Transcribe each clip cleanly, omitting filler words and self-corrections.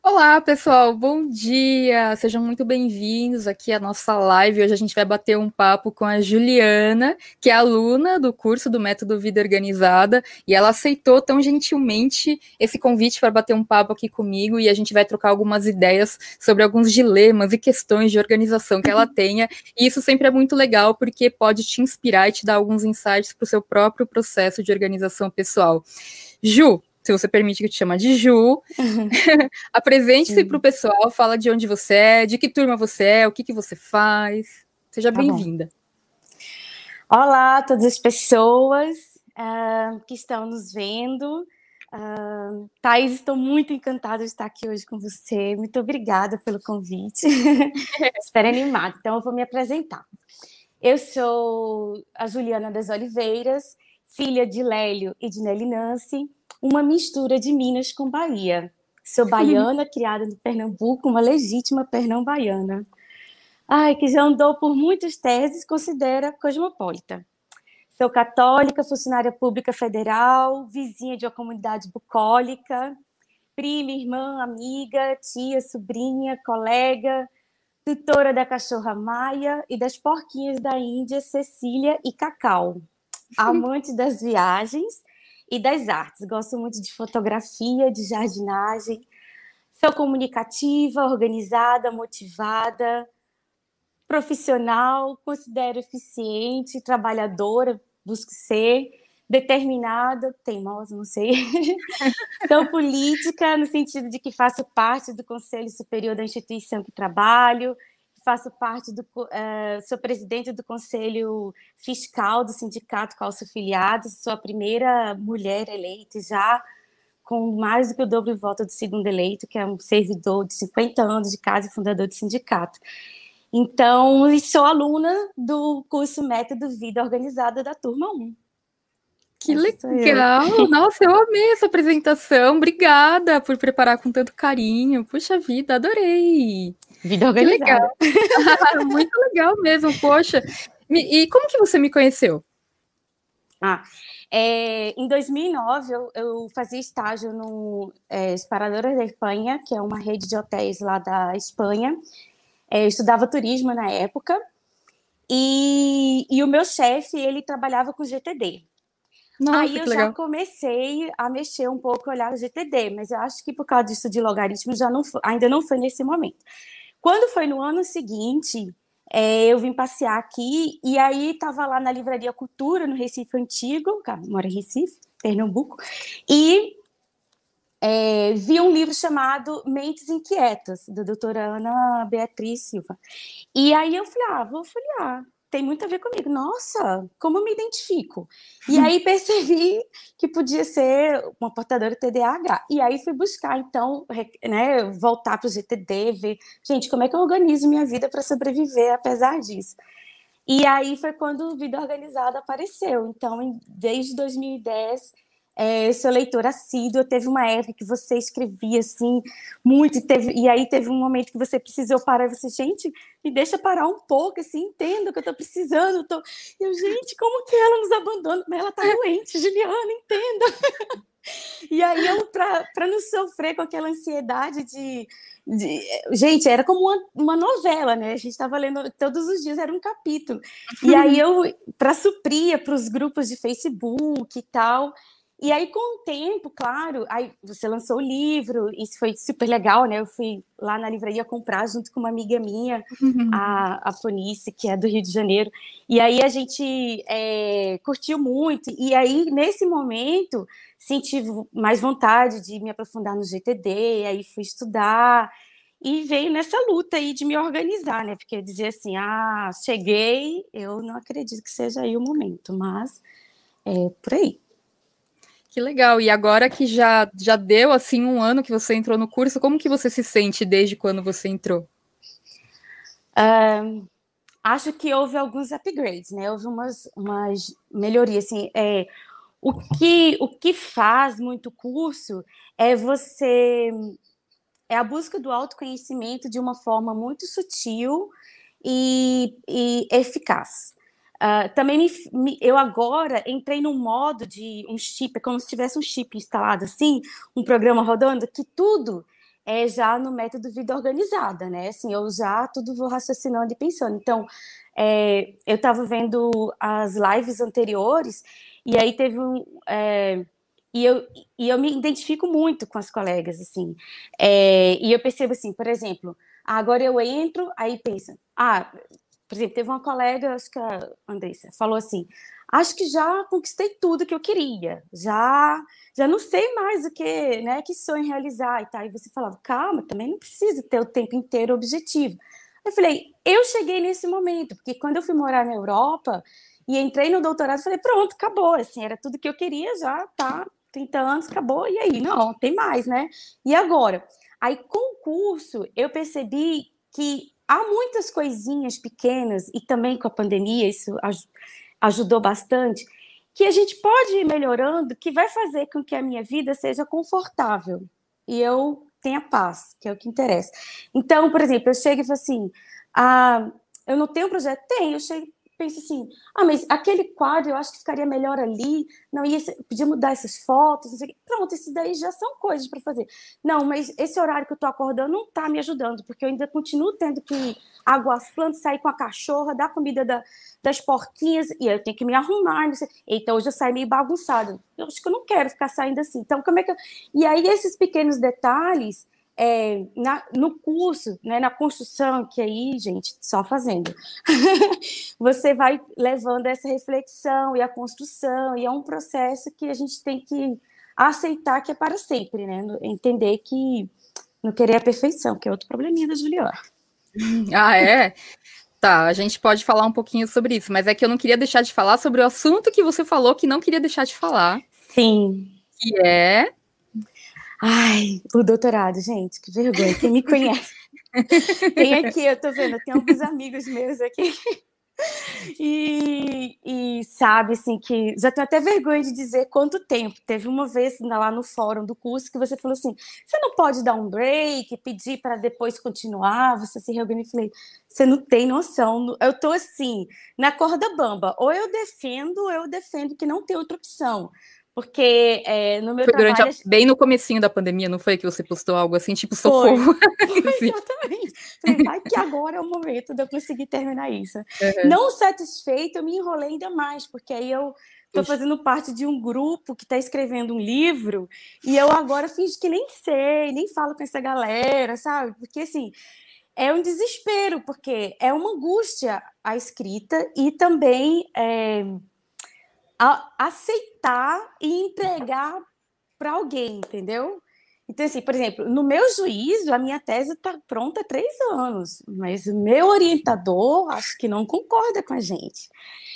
Olá, pessoal, bom dia! Sejam muito bem-vindos aqui à nossa live. Hoje a gente vai bater um papo com a Juliana, que é aluna do curso do Método Vida Organizada, e ela aceitou tão gentilmente esse convite para bater um papo aqui comigo, e a gente vai trocar algumas ideias sobre alguns dilemas e questões de organização que ela tenha, e isso sempre é muito legal, porque pode te inspirar e te dar alguns insights para o seu próprio processo de organização pessoal. Ju, se você permite que eu te chame de Ju, apresente-se para o Sim, pessoal, fala de onde você é, de que turma você é, o que que você faz. Seja tá bom. bem-vinda. Olá a todas as pessoas que estão nos vendo. Thaís, estou muito encantada de estar aqui hoje com você. Muito obrigada pelo convite. Super animada. Então, eu vou me apresentar. Eu sou a Juliana das Oliveiras, filha de Lélio e de Nelly Nancy, uma mistura de Minas com Bahia. Sou baiana, criada no Pernambuco, uma legítima pernambaiana. Ai, que já andou por muitas teses, considera cosmopolita. Sou católica, funcionária pública federal, vizinha de uma comunidade bucólica, prima, irmã, amiga, tia, sobrinha, colega, tutora da cachorra Maia e das porquinhas da Índia, Cecília e Cacau. Amante das viagens e das artes. Gosto muito de fotografia, de jardinagem. Sou comunicativa, organizada, motivada, profissional, considero eficiente, trabalhadora, busco ser, determinada, teimosa, não sei. Sou política, no sentido de que faço parte do Conselho Superior da instituição que trabalho, faço parte sou presidente do Conselho Fiscal do sindicato qual sou filiado, sou a primeira mulher eleita já, com mais do que o dobro de voto do segundo eleito, que é um servidor de 50 anos de casa e fundador do sindicato. Então, sou aluna do curso Método Vida Organizada da turma 1. Que Essa sou eu. legal! Nossa, eu amei essa apresentação. Obrigada por preparar com tanto carinho. Puxa vida, adorei! Vida Que legal! organizada. Muito legal mesmo, poxa. E como que você me conheceu? Ah, em 2009, eu fazia estágio no Paradores da Espanha, que é uma rede de hotéis lá da Espanha. Eu estudava turismo na época. E o meu chefe, ele trabalhava com GTD. Aí Nossa, eu que já legal. comecei a mexer um pouco, olhar o GTD, mas eu acho que por causa disso de logaritmo já não ainda não foi nesse momento. Quando foi no ano seguinte, eu vim passear aqui e aí estava lá na Livraria Cultura, no Recife Antigo, que mora em Recife, Pernambuco, e vi um livro chamado Mentes Inquietas, da doutora Ana Beatriz Silva. E aí eu falei, vou folhear. Tem muito a ver comigo. Nossa, como eu me identifico. E aí percebi que podia ser uma portadora TDAH. E aí fui buscar, então, né, voltar para o GTD, ver, gente, como é que eu organizo minha vida para sobreviver apesar disso. E aí foi quando Vida Organizada apareceu. Então, desde 2010, eu sou leitora assídua. Teve uma época que você escrevia assim muito, e aí teve um momento que você precisou parar. E você, gente, me deixa parar um pouco, assim, entendo que eu estou precisando. E eu, gente, como que ela nos abandona? Mas ela está doente, Juliana, entenda. E aí eu, para não sofrer com aquela ansiedade de... Gente, era como uma novela, né? A gente estava lendo todos os dias, era um capítulo. E aí eu, para suprir para os grupos de Facebook e tal. E aí, com o tempo, claro, aí você lançou o livro, isso foi super legal, né? Eu fui lá na livraria comprar junto com uma amiga minha, a Fonice, que é do Rio de Janeiro. E aí a gente curtiu muito. E aí, nesse momento, senti mais vontade de me aprofundar no GTD, aí fui estudar e veio nessa luta aí de me organizar, né? Porque eu dizia assim, cheguei, eu não acredito que seja aí o momento, mas é por aí. Que legal. E agora que já deu assim um ano que você entrou no curso, como que você se sente desde quando você entrou? Acho que houve alguns upgrades, né? Houve umas melhorias, assim, o que faz muito curso é você é a busca do autoconhecimento de uma forma muito sutil e eficaz. Também eu agora entrei num modo de um chip, é como se tivesse um chip instalado assim, um programa rodando, que tudo já no método Vida Organizada, né? Assim, eu já tudo vou raciocinando e pensando. Então, eu estava vendo as lives anteriores, e aí teve um. E eu, e eu me identifico muito com as colegas, assim. E eu percebo assim, por exemplo, agora eu entro, aí pensa, por exemplo, teve uma colega, acho que a Andressa, falou assim: acho que já conquistei tudo que eu queria, já não sei mais o que, né, que sonho realizar e tal. E você falava, calma, também não precisa ter o tempo inteiro objetivo. Eu falei, eu cheguei nesse momento, porque quando eu fui morar na Europa e entrei no doutorado, falei, pronto, acabou, assim, era tudo que eu queria, já tá, 30 anos, acabou, e aí? Não, tem mais, né? E agora? Aí, com o curso, eu percebi que há muitas coisinhas pequenas, e também com a pandemia, isso ajudou bastante, que a gente pode ir melhorando, que vai fazer com que a minha vida seja confortável e eu tenha paz, que é o que interessa. Então, por exemplo, eu chego e falo assim, eu não tenho projeto? Tenho, eu chego penso assim, mas aquele quadro eu acho que ficaria melhor ali, não, podia mudar essas fotos, não sei o quê. Pronto, isso daí já são coisas para fazer. Não, mas esse horário que eu estou acordando não está me ajudando, porque eu ainda continuo tendo que aguar as plantas, sair com a cachorra, dar comida das porquinhas, e eu tenho que me arrumar, não sei. Então hoje eu saio meio bagunçada. Eu acho que eu não quero ficar saindo assim. Então, como é que eu... E aí, esses pequenos detalhes no curso, né, na construção, que aí, gente, só fazendo, você vai levando essa reflexão e a construção, e é um processo que a gente tem que aceitar que é para sempre, né? Entender que não querer a perfeição, que é outro probleminha da Juliana. Ah, é? Tá, a gente pode falar um pouquinho sobre isso, mas é que eu não queria deixar de falar sobre o assunto que você falou que não queria deixar de falar. Sim. Que é... Ai, o doutorado, gente, que vergonha. Quem me conhece tem aqui, eu tô vendo, tem alguns amigos meus aqui. E sabe, assim, que já tenho até vergonha de dizer quanto tempo. Teve uma vez lá no fórum do curso que você falou assim: você não pode dar um break, pedir para depois continuar, você se reorganiza. Eu falei, você não tem noção. Eu tô assim, na corda bamba. Ou eu defendo que não tem outra opção. Porque no meu trabalho... bem no comecinho da pandemia, não foi que você postou algo assim, tipo, socorro? Foi, exatamente. Falei, vai que agora é o momento de eu conseguir terminar isso. Uhum. Não satisfeita, eu me enrolei ainda mais, porque aí eu estou fazendo parte de um grupo que está escrevendo um livro, e eu agora finjo que nem sei, nem falo com essa galera, sabe? Porque, assim, é um desespero, porque é uma angústia a escrita e também... aceitar e entregar para alguém, entendeu? Então, assim, por exemplo, no meu juízo, a minha tese está pronta há 3 anos, mas o meu orientador acho que não concorda com a gente.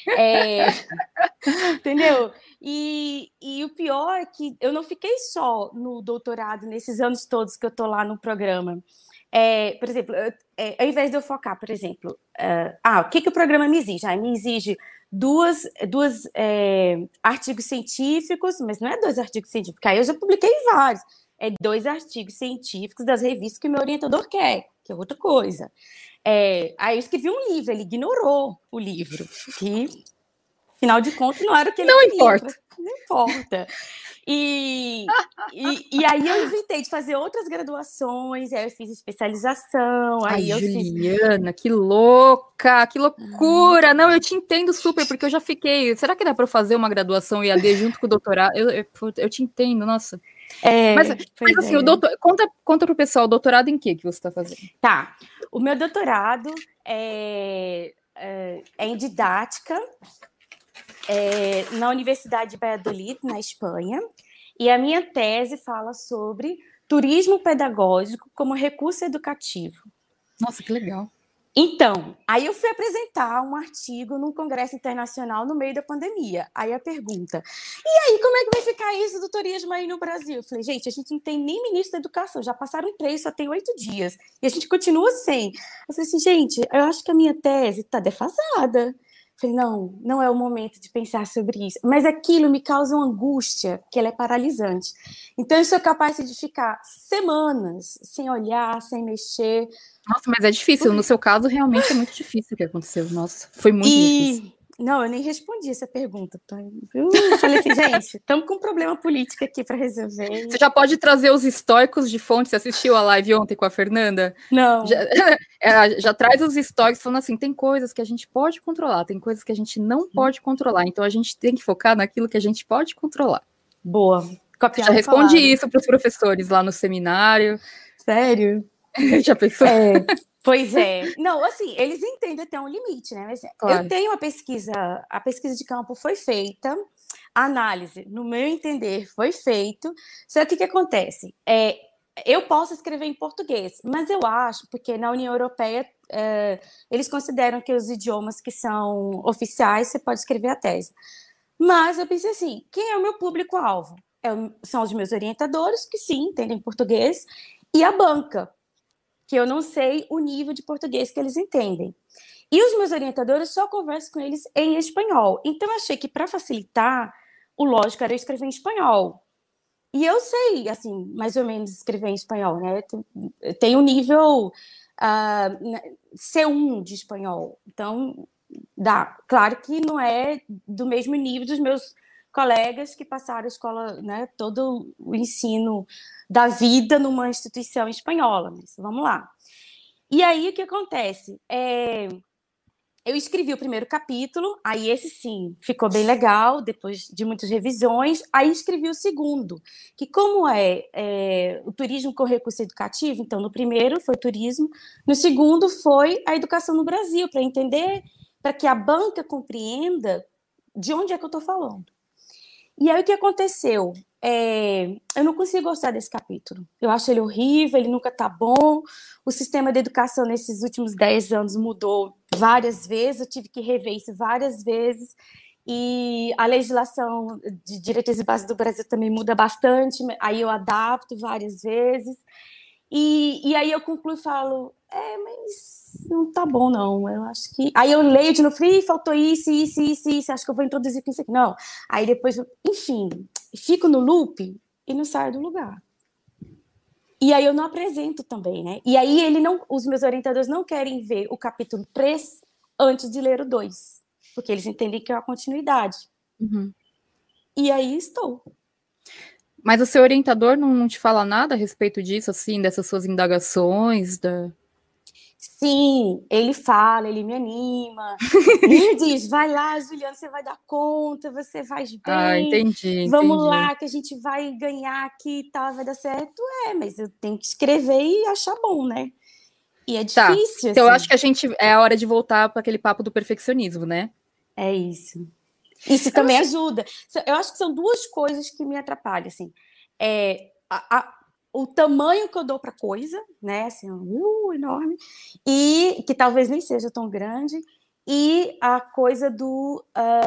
Entendeu? E o pior é que eu não fiquei só no doutorado nesses anos todos que eu estou lá no programa. Por exemplo, ao invés de eu focar, por exemplo, o que o programa me exige? Me exige duas artigos científicos, mas não é 2 artigos científicos, aí eu já publiquei vários. 2 artigos científicos das revistas que o meu orientador quer, que é outra coisa. Aí eu escrevi um livro, ele ignorou o livro, que, afinal de contas, não era o que ele queria. Importa. Não importa. E aí eu inventei de fazer outras graduações, aí eu fiz especialização. Aí Juliana, que louca, que loucura! Não, eu te entendo super, porque eu já fiquei... Será que dá para fazer uma graduação EAD junto com o doutorado? Eu te entendo, nossa. Mas assim, conta pro pessoal, o doutorado em que você está fazendo? Tá, o meu doutorado é em didática, na Universidade de Valladolid, na Espanha, e a minha tese fala sobre turismo pedagógico como recurso educativo. Nossa, que legal. Então, aí eu fui apresentar um artigo num congresso internacional no meio da pandemia. Aí a pergunta, e aí, como é que vai ficar isso do turismo aí no Brasil? Eu falei, gente, a gente não tem nem ministro da educação, já passaram 3, só tem 8 dias, e a gente continua sem. Eu falei assim, gente, eu acho que a minha tese está defasada. Eu falei, não é o momento de pensar sobre isso. Mas aquilo me causa uma angústia, que ela é paralisante. Então, eu sou capaz de ficar semanas sem olhar, sem mexer. Nossa, mas é difícil. No seu caso, realmente é muito difícil o que aconteceu. Nossa, foi muito difícil. Não, eu nem respondi essa pergunta. Tá? Eu falei assim, gente, estamos com um problema político aqui para resolver. Você já pode trazer os históricos de fontes. Você assistiu a live ontem com a Fernanda? Não. Já traz os históricos falando assim, tem coisas que a gente pode controlar, tem coisas que a gente não pode controlar. Então a gente tem que focar naquilo que a gente pode controlar. Boa. Você já responde isso para os professores lá no seminário. Sério? Já pensou? Pois é. Não, assim, eles entendem até um limite, né? Mas claro. Eu tenho a pesquisa de campo foi feita, a análise, no meu entender, foi feito. Só que o que acontece? Eu posso escrever em português, mas eu acho, porque na União Europeia eles consideram que os idiomas que são oficiais, você pode escrever a tese. Mas eu pensei assim, quem é o meu público-alvo? São os meus orientadores, que sim, entendem português, e a banca, que eu não sei o nível de português que eles entendem. E os meus orientadores só converso com eles em espanhol. Então, eu achei que, para facilitar, o lógico era eu escrever em espanhol. E eu sei, assim, mais ou menos escrever em espanhol, né? Eu tenho um nível C1 de espanhol. Então, dá. Claro que não é do mesmo nível dos meus colegas que passaram a escola, né, todo o ensino da vida numa instituição espanhola, mas vamos lá. E aí, o que acontece? Eu escrevi o primeiro capítulo, aí esse sim, ficou bem legal, depois de muitas revisões, aí escrevi o segundo, que como o turismo com recurso educativo, então no primeiro foi turismo, no segundo foi a educação no Brasil, para entender, para que a banca compreenda de onde é que eu estou falando. E aí o que aconteceu? Eu não consigo gostar desse capítulo. Eu acho ele horrível, ele nunca tá bom. O sistema de educação nesses últimos 10 anos mudou várias vezes, eu tive que rever isso várias vezes. E a legislação de diretrizes e bases do Brasil também muda bastante, aí eu adapto várias vezes. E aí eu concluo e falo, mas não tá bom, não. Eu acho que. Aí eu leio de novo, faltou isso, acho que eu vou introduzir isso aqui. Não. Aí depois, enfim, fico no loop e não saio do lugar. E aí eu não apresento também, né? E aí os meus orientadores não querem ver o capítulo 3 antes de ler o 2, porque eles entendem que é a continuidade. Uhum. E aí estou. Mas o seu orientador não te fala nada a respeito disso, assim, dessas suas indagações? Sim, ele fala, ele me anima. Ele diz, vai lá, Juliana, você vai dar conta, você faz bem. Ah, entendi. Vamos lá, que a gente vai ganhar aqui e tal, vai dar certo. Mas eu tenho que escrever e achar bom, né? E é difícil, Então, eu assim. acho que é a hora de voltar para aquele papo do perfeccionismo, né? É isso. Isso também ajuda. Eu acho que são duas coisas que me atrapalham, assim. O tamanho que eu dou para coisa, né, assim, enorme, e que talvez nem seja tão grande, e a coisa de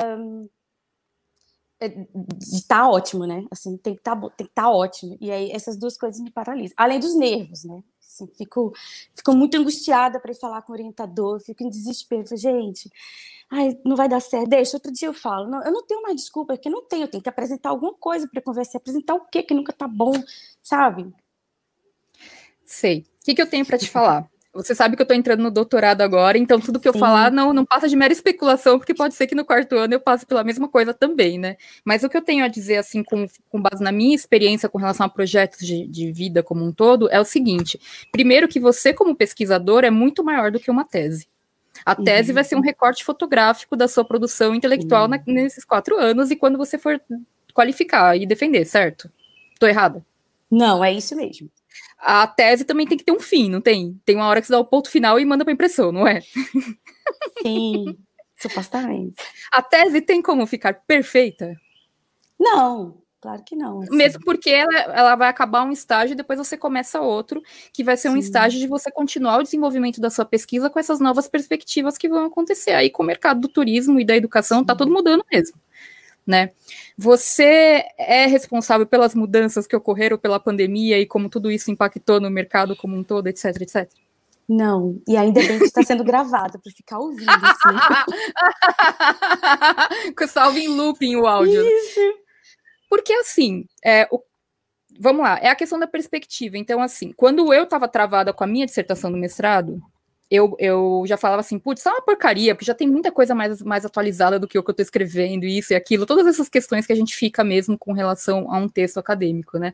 estar ótimo, né, assim, tem que estar ótimo, e aí essas duas coisas me paralisam, além dos nervos, né, assim, fico muito angustiada para ir falar com o orientador, fico em desespero, gente, não vai dar certo, deixa, outro dia eu falo, não, eu não tenho mais desculpa, porque eu tenho que apresentar alguma coisa para conversar, apresentar o quê que nunca tá bom, sabe? Sei. O que eu tenho para te falar? Você sabe que eu estou entrando no doutorado agora, então tudo que eu falar não passa de mera especulação, porque pode ser que no quarto ano eu passe pela mesma coisa também, né? Mas o que eu tenho a dizer, assim, com base na minha experiência com relação a projetos de vida como um todo, é o seguinte: primeiro, que você, como pesquisador, é muito maior do que uma tese. A tese vai ser um recorte fotográfico da sua produção intelectual nesses 4 anos, e quando você for qualificar e defender, certo? Estou errada? Não, é isso mesmo. A tese também tem que ter um fim, não tem? Tem uma hora que você dá o ponto final e manda para impressão, não é? Sim, supostamente. A tese tem como ficar perfeita? Não, claro que não. Assim. Mesmo porque ela vai acabar um estágio e depois você começa outro, que vai ser um estágio de você continuar o desenvolvimento da sua pesquisa com essas novas perspectivas que vão acontecer. Aí com o mercado do turismo e da educação tá tudo mudando mesmo. Né? Você é responsável pelas mudanças que ocorreram pela pandemia e como tudo isso impactou no mercado como um todo, etc, etc? Não, e ainda bem que está sendo gravado para ficar ouvindo. Assim. Que salve em looping o áudio. Isso. Porque assim, vamos lá, é a questão da perspectiva. Então, assim, quando eu estava travada com a minha dissertação do mestrado, eu já falava assim, putz, isso é uma porcaria, porque já tem muita coisa mais atualizada do que o que eu estou escrevendo, isso e aquilo, todas essas questões que a gente fica mesmo com relação a um texto acadêmico, né?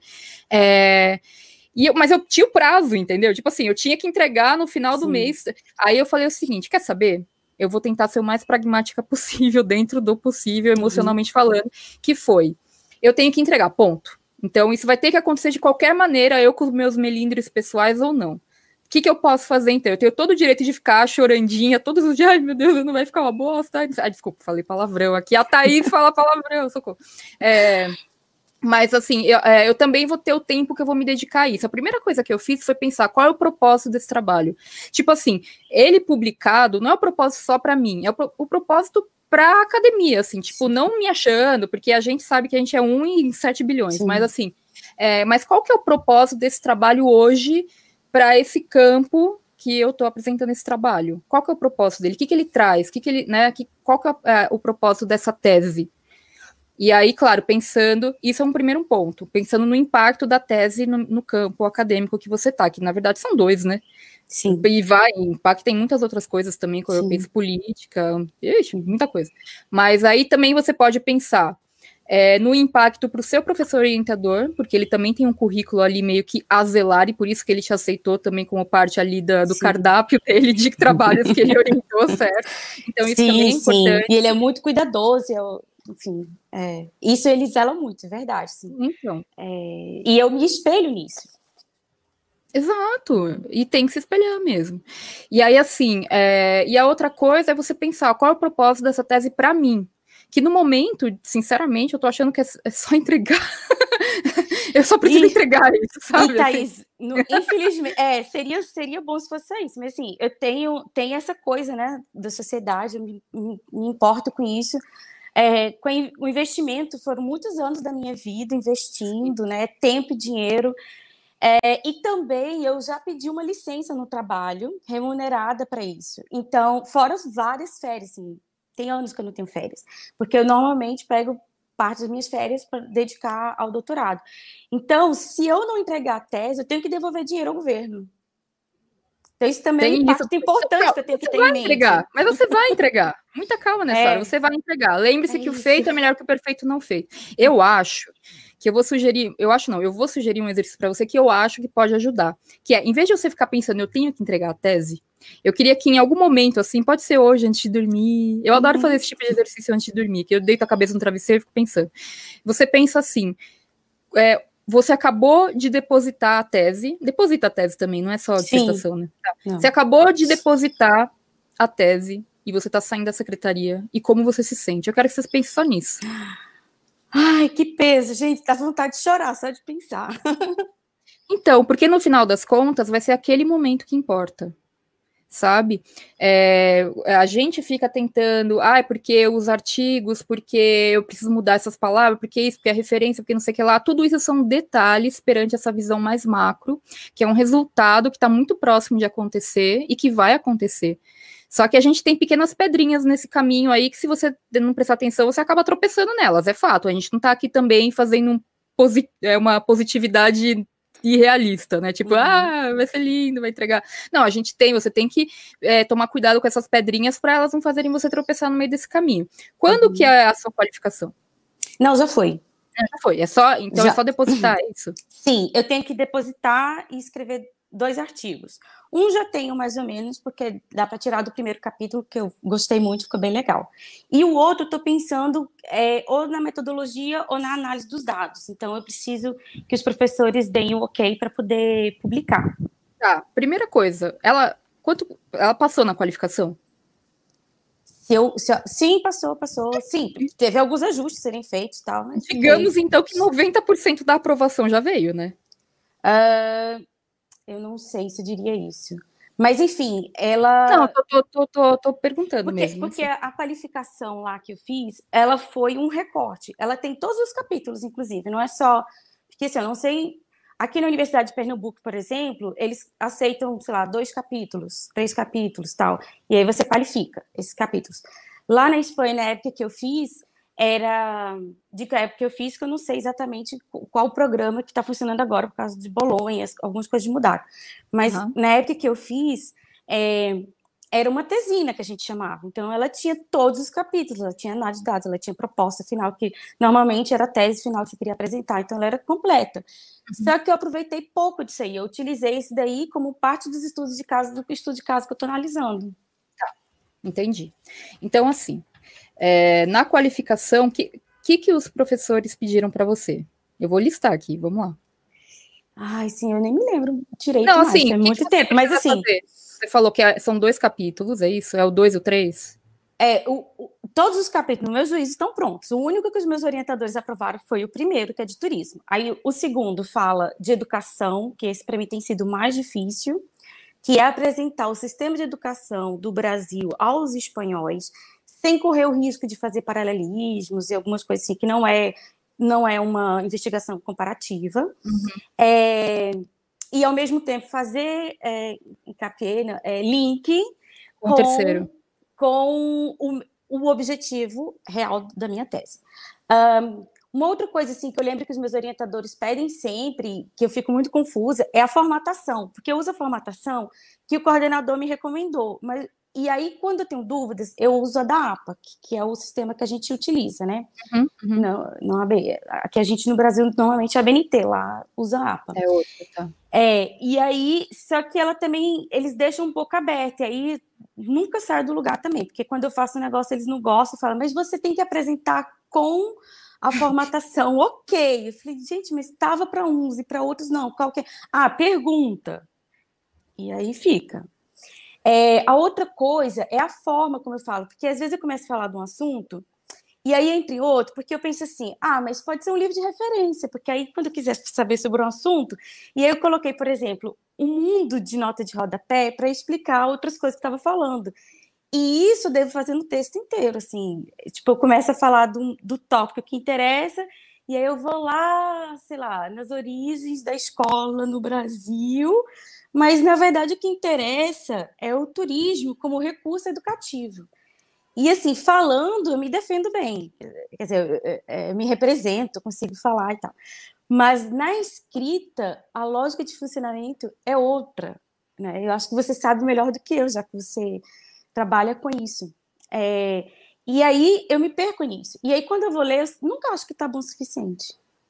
Mas eu tinha o prazo, entendeu? Tipo assim, eu tinha que entregar no final do mês. Aí eu falei o seguinte, quer saber? Eu vou tentar ser o mais pragmática possível, dentro do possível, emocionalmente falando, que foi, eu tenho que entregar, ponto. Então, isso vai ter que acontecer de qualquer maneira, eu com os meus melindres pessoais ou não. O que eu posso fazer, então? Eu tenho todo o direito de ficar chorandinha todos os dias. Ai, meu Deus, não vai ficar uma bosta. Ai, desculpa, falei palavrão aqui. A Thaís fala palavrão, socorro. Mas, assim, eu também vou ter o tempo que eu vou me dedicar a isso. A primeira coisa que eu fiz foi pensar qual é o propósito desse trabalho. Tipo assim, ele publicado não é o propósito só para mim, é o propósito para a academia, assim, tipo, não me achando, porque a gente sabe que a gente é 1 em 7 bilhões, mas assim, mas qual que é o propósito desse trabalho hoje para esse campo que eu estou apresentando esse trabalho? Qual que é o propósito dele? O que ele traz? Qual que é o propósito dessa tese? E aí, claro, isso é um primeiro ponto, pensando no impacto da tese no campo acadêmico que você está, que na verdade são 2, né? Sim. E impacta em muitas outras coisas também, como eu penso, política, muita coisa. Mas aí também você pode pensar no impacto para o seu professor orientador, porque ele também tem um currículo ali meio que a zelar, e por isso que ele te aceitou também como parte ali do cardápio dele de trabalhos que ele orientou, certo? Então isso também é importante. E ele é muito cuidadoso, enfim, isso ele zela muito, é verdade. Sim. Então. E eu me espelho nisso. Exato, e tem que se espelhar mesmo. E aí, assim, e a outra coisa é você pensar qual é o propósito dessa tese para mim. Que no momento, sinceramente, eu tô achando que é só entregar. Eu só preciso entregar isso, sabe? E, Thaís, infelizmente, seria bom se fosse isso, mas assim, eu tenho essa coisa, né, da sociedade, eu me importo com isso. Com o investimento, foram muitos anos da minha vida investindo, né, tempo e dinheiro. E também eu já pedi uma licença no trabalho, remunerada para isso. Então, fora as várias férias, assim, tem anos que eu não tenho férias, porque eu normalmente pego parte das minhas férias para dedicar ao doutorado. Então, se eu não entregar a tese, eu tenho que devolver dinheiro ao governo. Então, isso também é um impacto importante que eu tenho que ter em mente. Mas você vai entregar. Muita calma nessa hora, você vai entregar. Lembre-se que o feito é melhor que o perfeito não feito. Eu acho que eu vou sugerir um exercício para você que eu acho que pode ajudar. Que em vez de você ficar pensando, eu tenho que entregar a tese, eu queria que em algum momento, assim, pode ser hoje, antes de dormir, eu adoro fazer esse tipo de exercício antes de dormir, que eu deito a cabeça no travesseiro e fico pensando. Você pensa assim, você acabou de depositar a tese, deposita a tese também, não é só a dissertação, né? Tá. Você acabou de depositar a tese e você está saindo da secretaria, e como você se sente? Eu quero que vocês pensem só nisso. Ai, que peso, gente, dá vontade de chorar só de pensar. Então, porque no final das contas vai ser aquele momento que importa, sabe? A gente fica tentando, porque os artigos, porque eu preciso mudar essas palavras, porque isso, porque a referência, porque não sei o que lá, tudo isso são detalhes perante essa visão mais macro, que é um resultado que está muito próximo de acontecer e que vai acontecer. Só que a gente tem pequenas pedrinhas nesse caminho aí que se você não prestar atenção, você acaba tropeçando nelas, é fato. A gente não está aqui também fazendo uma positividade irrealista, né? Tipo, vai ser lindo, vai entregar. Não, você tem que tomar cuidado com essas pedrinhas para elas não fazerem você tropeçar no meio desse caminho. Quando que é a sua qualificação? Não, já foi. Já foi. É só depositar isso? Sim, eu tenho que depositar e escrever 2 artigos. Um já tenho mais ou menos, porque dá para tirar do primeiro capítulo, que eu gostei muito, ficou bem legal. E o outro, estou pensando ou na metodologia ou na análise dos dados. Então, eu preciso que os professores deem o ok para poder publicar. Tá, primeira coisa, ela passou na qualificação? Sim, passou. Sim, teve alguns ajustes serem feitos, tal. Mas digamos, então, que 90% da aprovação já veio, né? Eu não sei se eu diria isso. Mas, enfim, ela... Não, tô perguntando mesmo. Porque a qualificação lá que eu fiz, ela foi um recorte. Ela tem todos os capítulos, inclusive. Não é só... Porque, assim, eu não sei... Aqui na Universidade de Pernambuco, por exemplo, eles aceitam, sei lá, 2 capítulos, 3 capítulos, tal. E aí você qualifica esses capítulos. Lá na Espanha, na época que eu fiz, que eu não sei exatamente qual o programa que está funcionando agora por causa de Bolonha, algumas coisas mudaram. Mas na época que eu fiz, era uma tesina que a gente chamava. Então, ela tinha todos os capítulos, ela tinha análise de dados, ela tinha proposta final, que normalmente era a tese final que você queria apresentar, então ela era completa. Só que eu aproveitei pouco disso aí, eu utilizei isso daí como parte dos estudos de caso, do estudo de caso que eu estou analisando. Tá, entendi. Então, assim, na qualificação, que os professores pediram para você? Eu vou listar aqui, vamos lá. Ai, sim, eu nem me lembro direito Não, mais, assim, tem muito tempo, mas assim... fazer? Você falou que são 2 capítulos, é isso? É o 2 e o 3? Todos os capítulos, no meu juízo, estão prontos. O único que os meus orientadores aprovaram foi o primeiro, que é de turismo. Aí o segundo fala de educação, que esse para mim tem sido mais difícil, que é apresentar o sistema de educação do Brasil aos espanhóis, sem correr o risco de fazer paralelismos e algumas coisas assim, que não é uma investigação comparativa. Uhum. E, ao mesmo tempo, fazer link com o terceiro, com o objetivo real da minha tese. Uma outra coisa assim, que eu lembro que os meus orientadores pedem sempre, que eu fico muito confusa, é a formatação, porque eu uso a formatação que o coordenador me recomendou, e aí, quando eu tenho dúvidas, eu uso a da APA, que é o sistema que a gente utiliza, né? Uhum. Não aqui a gente no Brasil, normalmente, a BNT, lá usa a APA. É outra, tá. E aí, só que ela também, eles deixam um pouco aberto, e aí nunca sai do lugar também, porque quando eu faço um negócio, eles não gostam, falam, mas você tem que apresentar com a formatação, ok. Eu falei, gente, mas estava para uns e para outros não, qual que é? Pergunta. E aí fica. A outra coisa é a forma como eu falo, porque às vezes eu começo a falar de um assunto, e aí entre outro, porque eu penso assim, mas pode ser um livro de referência, porque aí quando eu quiser saber sobre um assunto, e aí eu coloquei, por exemplo, um mundo de nota de rodapé para explicar outras coisas que estava falando. E isso eu devo fazer no texto inteiro, assim, tipo, eu começo a falar do tópico que interessa, e aí eu vou lá, sei lá, nas origens da escola no Brasil, mas na verdade o que interessa é o turismo como recurso educativo. E assim, falando, eu me defendo bem, quer dizer, eu me represento, consigo falar e tal. Mas na escrita, a lógica de funcionamento é outra, né? Eu acho que você sabe melhor do que eu, já que você trabalha com isso. E aí eu me perco nisso. E aí quando eu vou ler, eu nunca acho que está bom o suficiente.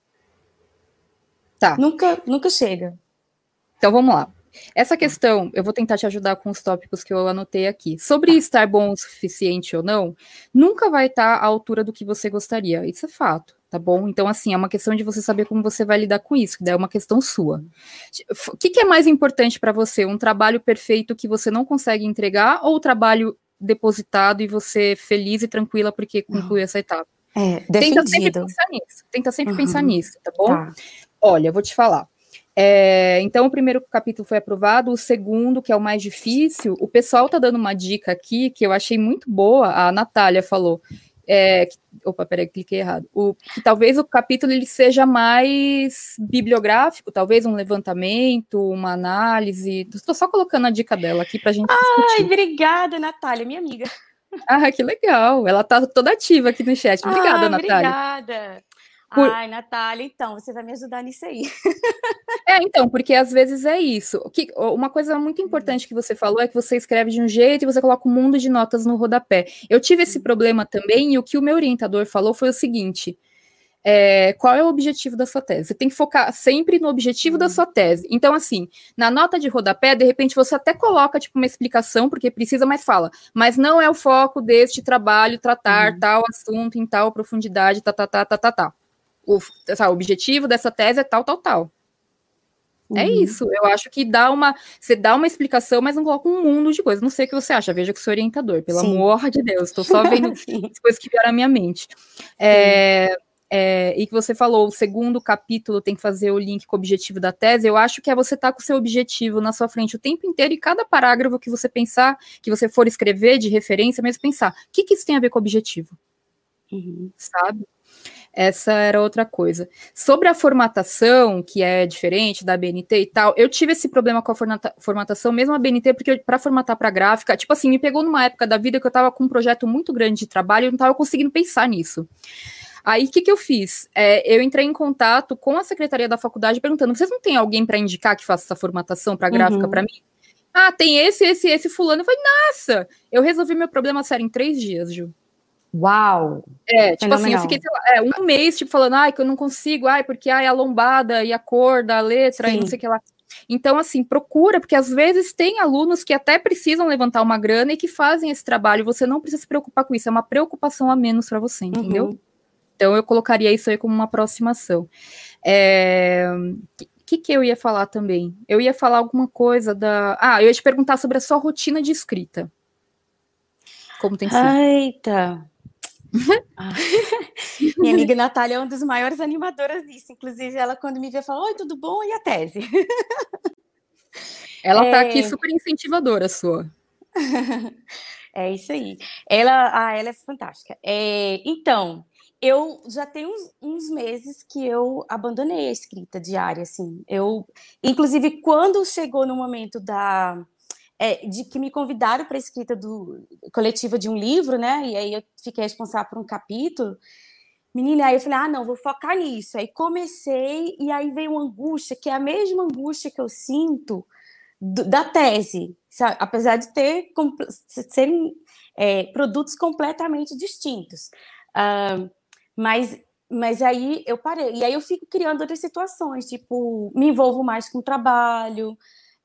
Tá. Nunca chega. Então vamos lá. Essa questão, eu vou tentar te ajudar com os tópicos que eu anotei aqui. Sobre estar bom o suficiente ou não, nunca vai estar à altura do que você gostaria. Isso é fato, tá bom? Então, assim, é uma questão de você saber como você vai lidar com isso, que daí é uma questão sua. O que é mais importante para você? Um trabalho perfeito que você não consegue entregar ou o trabalho depositado e você feliz e tranquila porque concluiu essa etapa? Tenta sempre pensar nisso, tá bom? Tá. Olha, eu vou te falar. Então, o primeiro capítulo foi aprovado, o segundo, que é o mais difícil, o pessoal tá dando uma dica aqui que eu achei muito boa, a Natália falou. Peraí, cliquei errado. Que talvez o capítulo ele seja mais bibliográfico, talvez um levantamento, uma análise. Estou só colocando a dica dela aqui para a gente discutir. Obrigada, Natália, minha amiga. Que legal. Ela tá toda ativa aqui no chat. Obrigada, Natália. Obrigada. Natália, então, você vai me ajudar nisso aí. Então, porque às vezes é isso. Uma coisa muito importante que você falou é que você escreve de um jeito e você coloca um mundo de notas no rodapé. Eu tive esse problema também, e o que o meu orientador falou foi o seguinte: qual é o objetivo da sua tese? Você tem que focar sempre no objetivo da sua tese. Então, assim, na nota de rodapé, de repente você até coloca tipo uma explicação, porque precisa, mas fala. Mas não é o foco deste trabalho tratar tal assunto em tal profundidade, tá. O objetivo dessa tese é tal. É isso, eu acho que você dá uma explicação, mas não coloca um mundo de coisas. Não sei o que você acha, veja que sou orientador, pelo amor de Deus, estou só vendo as coisas que vieram à minha mente. E que você falou, o segundo capítulo tem que fazer o link com o objetivo da tese, eu acho que é você estar com o seu objetivo na sua frente o tempo inteiro, e cada parágrafo que você pensar, que você for escrever de referência, mesmo pensar, o que isso tem a ver com o objetivo? Sabe? Essa era outra coisa. Sobre a formatação, que é diferente da BNT e tal, eu tive esse problema com a formatação, mesmo a BNT, porque para formatar para gráfica, tipo assim, me pegou numa época da vida que eu estava com um projeto muito grande de trabalho e eu não estava conseguindo pensar nisso. Aí, o que eu fiz? Eu entrei em contato com a secretaria da faculdade perguntando, vocês não têm alguém para indicar que faça essa formatação para gráfica para mim? Ah, tem esse fulano. Eu falei, nossa, eu resolvi meu problema sério em 3 dias, Ju. Uau! Tipo assim, eu fiquei, Fenomenal. sei lá, um mês, tipo, falando, ai, que eu não consigo, ai, porque ai, a lombada e a cor da letra e não sei o Sim. que lá. Então, assim, procura, porque às vezes tem alunos que até precisam levantar uma grana e que fazem esse trabalho. Você não precisa se preocupar com isso, é uma preocupação a menos para você, entendeu? Uhum. Então, eu colocaria isso aí como uma próxima ação. Que eu ia falar também? Eu ia falar alguma coisa da. Ah, eu ia te perguntar sobre a sua rotina de escrita. Como tem sido? Eita! Ah, minha amiga Natália é uma das maiores animadoras disso. Inclusive, ela, quando me vê, fala: Oi, tudo bom? E a tese? Ela tá aqui É, super incentivadora, sua. é isso aí. Ela é fantástica. Então, eu já tenho uns meses que eu abandonei a escrita diária, assim. Inclusive, quando chegou no momento de que me convidaram para a escrita coletiva de um livro, né? E aí eu fiquei responsável por um capítulo. Menina, aí eu falei, não, vou focar nisso. Aí comecei, e aí veio uma angústia, que é a mesma angústia que eu sinto da tese, sabe? Apesar de serem produtos completamente distintos. Uh, mas, mas aí eu parei. E aí eu fico criando outras situações, tipo, me envolvo mais com o trabalho,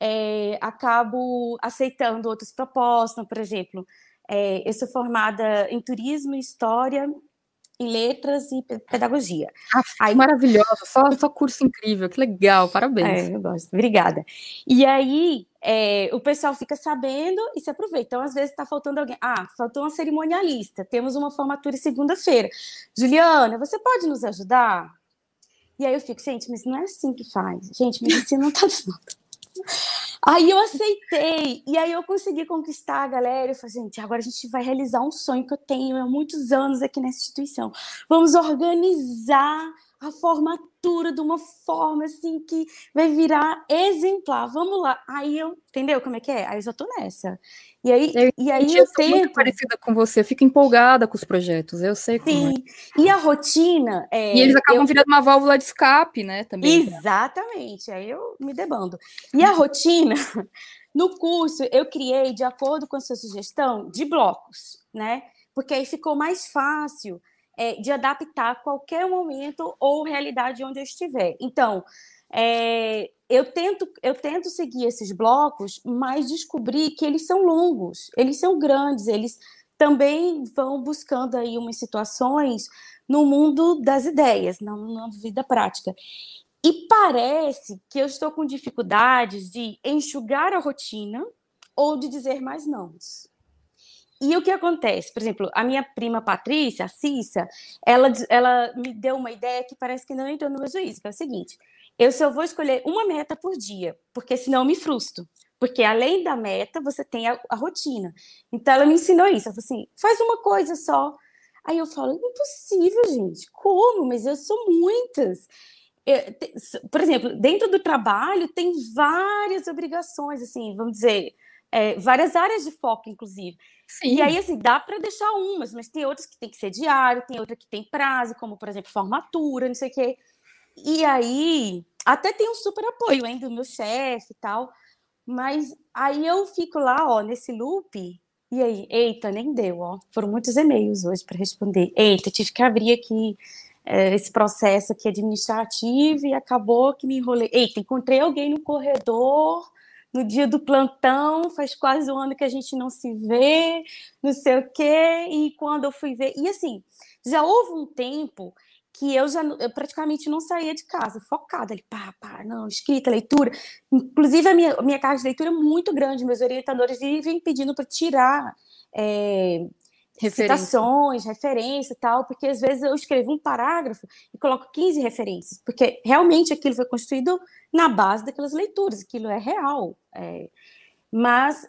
acabo aceitando outras propostas, por exemplo. Eu sou formada em turismo, história, em letras e pedagogia. Ah, que Aí maravilhosa, só curso incrível, que legal, parabéns. eu gosto. Obrigada. E aí, o pessoal fica sabendo e se aproveita. Então, às vezes, está faltando alguém. Ah, faltou uma cerimonialista. Temos uma formatura segunda-feira. Juliana, você pode nos ajudar? E aí eu fico, gente, mas não é assim que faz. Gente, mas assim não está dando. Aí eu aceitei. E aí eu consegui conquistar a galera. Eu falei, gente, agora a gente vai realizar um sonho que eu tenho há muitos anos aqui nessa instituição. Vamos organizar a formatura de uma forma assim que vai virar exemplar. Vamos lá. Aí eu, entendeu como é que é? Aí eu já tô nessa. E aí, Eu e aí entendi, eu eu sou muito tento. parecida com você, eu fico empolgada com os projetos, eu sei como é. Sim. E a rotina, E eles acabam virando uma válvula de escape, né, também. exatamente, aí eu me debando. E a rotina, no curso, eu criei, de acordo com a sua sugestão, de blocos, né? Porque aí ficou mais fácil de adaptar a qualquer momento ou realidade onde eu estiver. Então, eu tento seguir esses blocos, mas descobri que eles são longos, eles são grandes, eles também vão buscando aí umas situações no mundo das ideias, na vida prática. E parece que eu estou com dificuldades de enxugar a rotina ou de dizer mais não. E o que acontece? Por exemplo, a minha prima Patrícia, a Cissa, ela me deu uma ideia que parece que não entrou no meu juízo, que é o seguinte: eu só vou escolher uma meta por dia, porque senão eu me frustro. Porque além da meta, você tem a rotina. Então ela me ensinou isso. Ela falou assim: faz uma coisa só. Aí eu falo: impossível, gente. Como? Mas eu sou muitas. Por exemplo, dentro do trabalho tem várias obrigações, assim, vamos dizer, várias áreas de foco, inclusive. E aí, Sim, assim, dá para deixar umas, mas tem outras que tem que ser diário, tem outra que tem prazo, como, por exemplo, formatura, não sei o quê. E aí, até tem um super apoio, hein, do meu chefe e tal, mas aí eu fico lá, ó, nesse loop, e aí, eita, nem deu, ó. Foram muitos e-mails hoje para responder. Eita, tive que abrir aqui esse processo aqui administrativo e acabou que me enrolei. Eita, encontrei alguém no corredor no dia do plantão, faz quase um ano que a gente não se vê, não sei o quê, e quando eu fui ver... E assim, já houve um tempo que eu praticamente não saía de casa, focada ali, pá, não, escrita, leitura. Inclusive, a minha carga de leitura é muito grande, meus orientadores vivem pedindo para tirar referência. citações, referência e tal, porque às vezes eu escrevo um parágrafo e coloco 15 referências, porque realmente aquilo foi construído na base daquelas leituras, aquilo é real. Mas,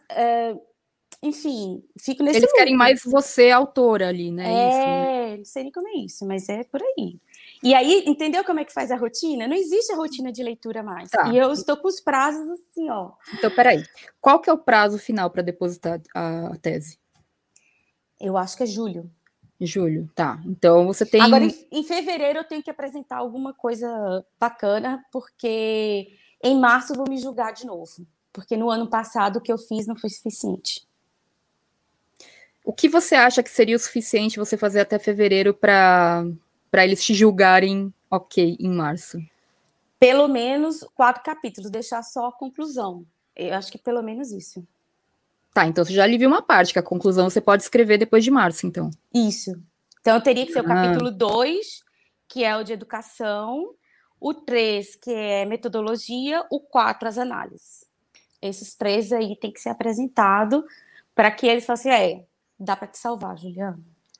enfim, fico nesse Eles querem loop. mais você, autora, ali, né? Isso, né? Não sei nem como é isso, mas é por aí. E aí, entendeu como é que faz a rotina? Não existe a rotina de leitura mais. E Tá. eu estou com os prazos assim, ó. Então, peraí. Qual que é o prazo final para depositar a tese? Eu acho que é julho. Julho, tá. Então você Agora, tem. em fevereiro, eu tenho que apresentar alguma coisa bacana, porque em março eu vou me julgar de novo. porque no ano passado o que eu fiz não foi suficiente. O que você acha que seria o suficiente você fazer até fevereiro para eles te julgarem ok em março? Pelo menos 4 capítulos, deixar só a conclusão. Eu acho que pelo menos isso. Tá, então você já aliviou uma parte, que a conclusão você pode escrever depois de março, então. Isso. Então teria que ser o capítulo 2, que é o de educação, o 3, que é metodologia, o 4, as análises. Esses 3 aí tem que ser apresentado para que eles falem assim, dá para te salvar, Juliana.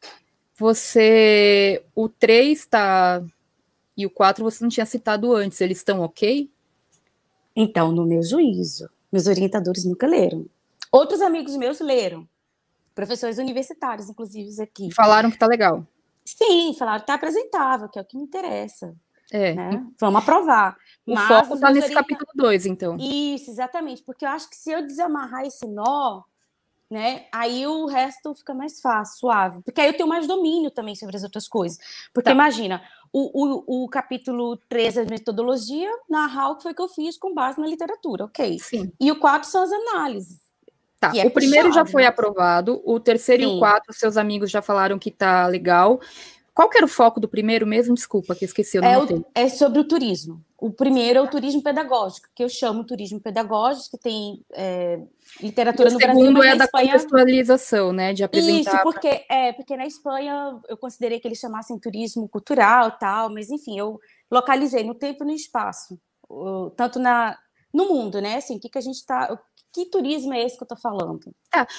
O 3 tá... E o 4 você não tinha citado antes, eles estão ok? Então, no meu juízo, meus orientadores nunca leram. Outros amigos meus leram, professores universitários, inclusive, aqui. Falaram que tá legal. Sim, falaram que tá apresentável, que é o que me interessa. É. Né? Vamos aprovar. O foco tá nesse capítulo 2, então. Isso, exatamente, porque eu acho que se eu desamarrar esse nó, né, aí o resto fica mais fácil, suave. Porque aí eu tenho mais domínio também sobre as outras coisas. Porque imagina, o capítulo 3 é metodologia, narrar o que foi que eu fiz com base na literatura, ok. Sim. E o 4 são as análises. Tá, o primeiro já foi aprovado, o terceiro e o 4, seus amigos já falaram que tá legal. Qual que era o foco do primeiro mesmo? Desculpa, que esqueci, eu não notei. É sobre o turismo. O primeiro é o turismo pedagógico, que eu chamo turismo pedagógico, que tem literatura no Brasil, mas é na da Espanha... contextualização, né, de apresentar... Isso, porque na Espanha eu considerei que eles chamassem turismo cultural e tal, mas enfim, eu localizei no tempo e no espaço, tanto no mundo, né, assim, que a gente está... Que turismo é esse que eu estou falando?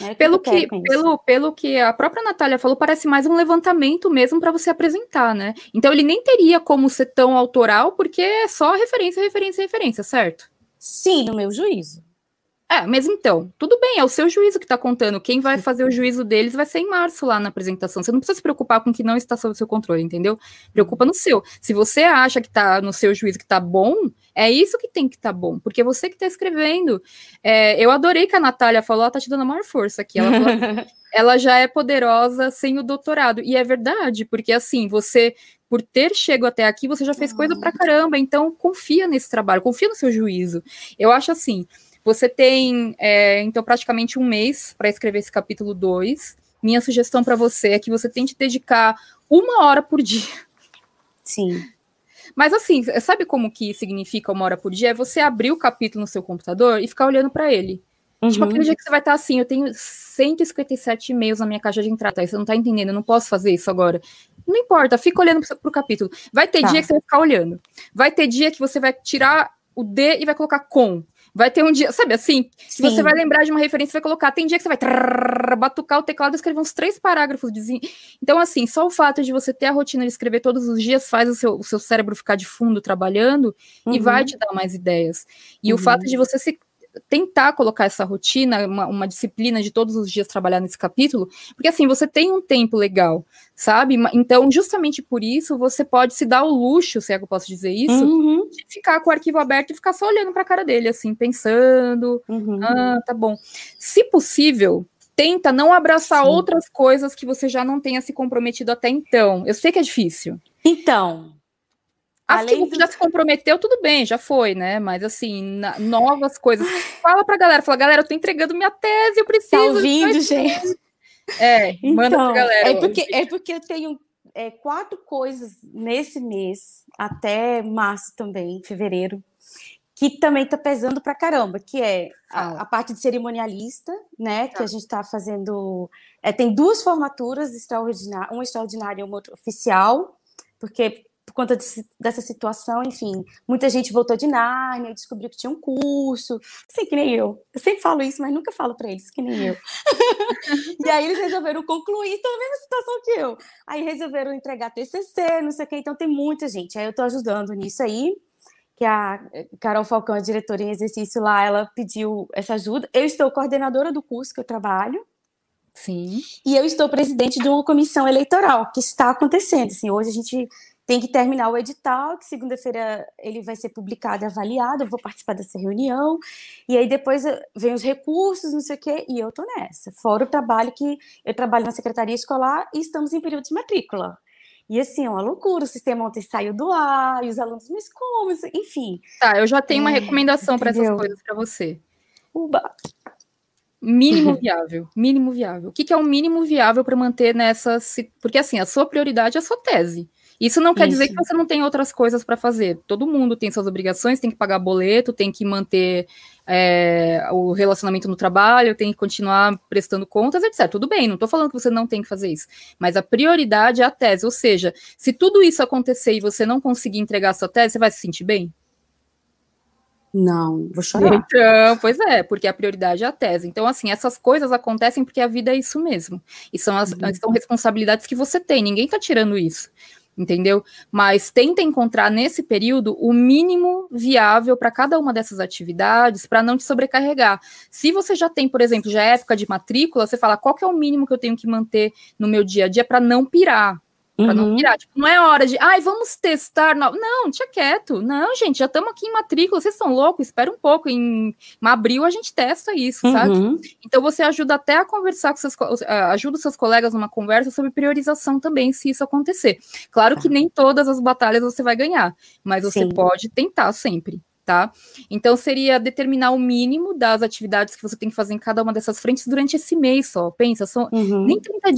Pelo que a própria Natália falou, parece mais um levantamento mesmo para você apresentar, né? Então ele nem teria como ser tão autoral, porque é só referência, certo? Sim, no meu juízo. Mas então, tudo bem, é o seu juízo que está contando. Quem vai fazer o juízo deles vai ser em março lá na apresentação. Você não precisa se preocupar com o que não está sob o seu controle, entendeu? Preocupa no seu. Se você acha que está no seu juízo que está bom, é isso que tem que estar bom, porque é você que está escrevendo. Eu adorei que a Natália falou, ela está te dando a maior força aqui. Ela falou assim, ela já é poderosa sem o doutorado. E é verdade, porque assim, você... Por ter chegado até aqui, você já fez coisa pra caramba, então confia nesse trabalho, confia no seu juízo. Eu acho assim, você tem, então, praticamente um mês para escrever esse capítulo 2. Minha sugestão para você é que você tente dedicar 1 hora por dia. Sim. Mas assim, sabe como que significa 1 hora por dia? É você abrir o capítulo no seu computador e ficar olhando para ele. Tipo, aquele dia que você vai estar assim, eu tenho 157 e-mails na minha caixa de entrada, tá? Você não tá entendendo, eu não posso fazer isso agora. Não importa, fica olhando pro capítulo. Vai ter dia que você vai ficar olhando. Vai ter dia que você vai tirar o D e vai colocar com. Vai ter um dia, sabe assim? Se você vai lembrar de uma referência, você vai colocar. Tem dia que você vai batucar o teclado e escrever uns 3 parágrafos. Então, assim, só o fato de você ter a rotina de escrever todos os dias faz o seu cérebro ficar de fundo trabalhando e vai te dar mais ideias. E o fato de você tentar colocar essa rotina, uma disciplina de todos os dias trabalhar nesse capítulo, porque assim, você tem um tempo legal, sabe? Então, justamente por isso, você pode se dar o luxo, se é que eu posso dizer isso, de ficar com o arquivo aberto e ficar só olhando para a cara dele, assim, pensando, tá bom. Se possível, tenta não abraçar outras coisas que você já não tenha se comprometido até então. Eu sei que é difícil. Então... As que você já se comprometeu, tudo bem, já foi, né? Mas, assim, novas coisas. Fala pra galera, galera, eu tô entregando minha tese, eu preciso... Tá ouvindo, gente? Então, manda pra galera. É porque eu tenho 4 coisas nesse mês, até março também, fevereiro, que também tá pesando pra caramba, que é a parte de cerimonialista, né? Que a gente tá fazendo... tem 2 formaturas, uma extraordinária e uma outra oficial, porque... Por conta dessa situação, enfim, muita gente voltou de Nárnia, descobriu que tinha um curso, assim, que nem eu. Eu sempre falo isso, mas nunca falo para eles, que nem eu. E aí eles resolveram concluir, estão na mesma situação que eu. Aí resolveram entregar TCC, não sei o quê, então tem muita gente. Aí eu estou ajudando nisso aí, que a Carol Falcão, a diretora em exercício lá, ela pediu essa ajuda. Eu estou coordenadora do curso que eu trabalho. Sim. E eu estou presidente de uma comissão eleitoral, que está acontecendo. Assim, hoje a gente... Tem que terminar o edital, que segunda-feira ele vai ser publicado e avaliado, eu vou participar dessa reunião, e aí depois vem os recursos, não sei o quê, e eu tô nessa. Fora o trabalho que eu trabalho na secretaria escolar e estamos em período de matrícula. E assim, é uma loucura, o sistema ontem saiu do ar, e os alunos, mas como? Enfim. Tá, eu já tenho uma recomendação para essas coisas para você. Uba. Mínimo viável, mínimo viável. O que é o mínimo viável para manter nessa... Porque, assim, a sua prioridade é a sua tese. Isso não quer dizer que você não tem outras coisas para fazer. Todo mundo tem suas obrigações, tem que pagar boleto, tem que manter o relacionamento no trabalho, tem que continuar prestando contas, etc. Tudo bem, não estou falando que você não tem que fazer isso. Mas a prioridade é a tese. Ou seja, se tudo isso acontecer e você não conseguir entregar a sua tese, você vai se sentir bem? Não, vou chorar. Então, pois é, porque a prioridade é a tese. Então, assim, essas coisas acontecem porque a vida é isso mesmo. E são responsabilidades que você tem, ninguém tá tirando isso, entendeu? Mas tenta encontrar nesse período o mínimo viável para cada uma dessas atividades para não te sobrecarregar. Se você já tem, por exemplo, já é época de matrícula, você fala qual que é o mínimo que eu tenho que manter no meu dia a dia para não pirar. Para não pirar, tipo, não é hora de, vamos testar. Não, deixa quieto. Não, gente, já estamos aqui em matrícula, vocês são loucos, espera um pouco. Em abril a gente testa isso, sabe? Então você ajuda até a conversar com ajuda os seus colegas numa conversa sobre priorização também, se isso acontecer. Claro que nem todas as batalhas você vai ganhar, mas você pode tentar sempre. Tá? Então seria determinar o mínimo das atividades que você tem que fazer em cada uma dessas frentes durante esse mês só. Pensa, são nem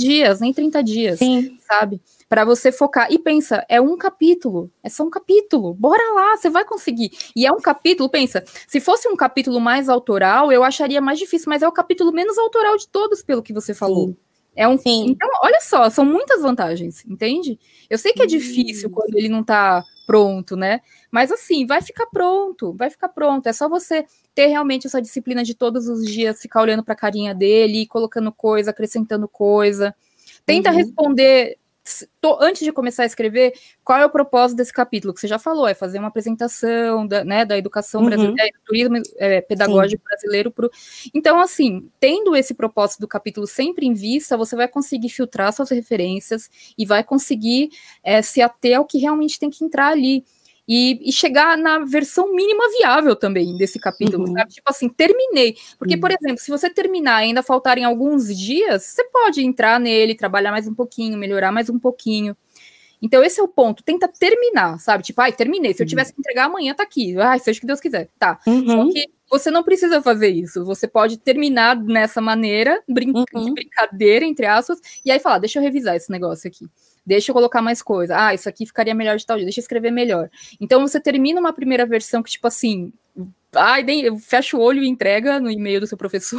30 dias, sabe? Para você focar. E pensa, é um capítulo, é só um capítulo. Bora lá, você vai conseguir. E é um capítulo, pensa, se fosse um capítulo mais autoral, eu acharia mais difícil, mas é o capítulo menos autoral de todos, pelo que você falou. Então, olha só, são muitas vantagens, entende? Eu sei que é difícil quando ele não tá pronto, né? Mas assim, vai ficar pronto. É só você ter realmente essa disciplina de todos os dias ficar olhando para a carinha dele, e colocando coisa, acrescentando coisa. Tenta responder antes de começar a escrever, qual é o propósito desse capítulo, que você já falou, é fazer uma apresentação da educação brasileira, do turismo pedagógico brasileiro. Então, assim, tendo esse propósito do capítulo sempre em vista, você vai conseguir filtrar suas referências e vai conseguir se ater ao que realmente tem que entrar ali. E chegar na versão mínima viável também desse capítulo, sabe? Tipo assim, terminei. Porque, por exemplo, se você terminar e ainda faltarem alguns dias, você pode entrar nele, trabalhar mais um pouquinho, melhorar mais um pouquinho. Então, esse é o ponto. Tenta terminar, sabe? Tipo, terminei. Se eu tivesse que entregar amanhã, tá aqui. Seja o que Deus quiser. Tá. Só que você não precisa fazer isso. Você pode terminar nessa maneira, de brincadeira, entre aspas, e aí falar, deixa eu revisar esse negócio aqui. Deixa eu colocar mais coisa. Isso aqui ficaria melhor de tal jeito. Deixa eu escrever melhor. Então, você termina uma primeira versão que, tipo assim... fecha o olho e entrega no e-mail do seu professor.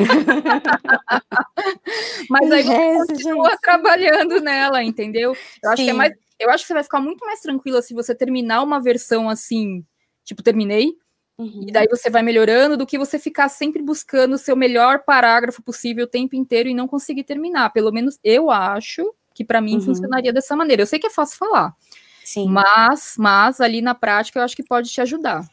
Mas aí você continua trabalhando nela, entendeu? Eu acho que você vai ficar muito mais tranquila se você terminar uma versão assim, tipo, terminei, e daí você vai melhorando, do que você ficar sempre buscando o seu melhor parágrafo possível o tempo inteiro e não conseguir terminar. Pelo menos eu acho que para mim funcionaria dessa maneira. Eu sei que é fácil falar, mas ali na prática eu acho que pode te ajudar.